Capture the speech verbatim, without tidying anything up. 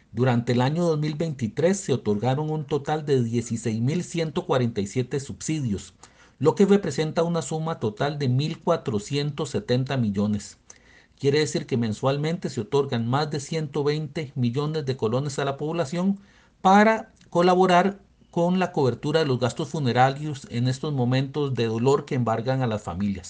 Durante el año dos mil veintitrés se otorgaron un total de dieciséis mil ciento cuarenta y siete subsidios, lo que representa una suma total de mil cuatrocientos setenta millones. Quiere decir que mensualmente se otorgan más de ciento veinte millones de colones a la población para colaborar con la cobertura de los gastos funerarios en estos momentos de dolor que embargan a las familias.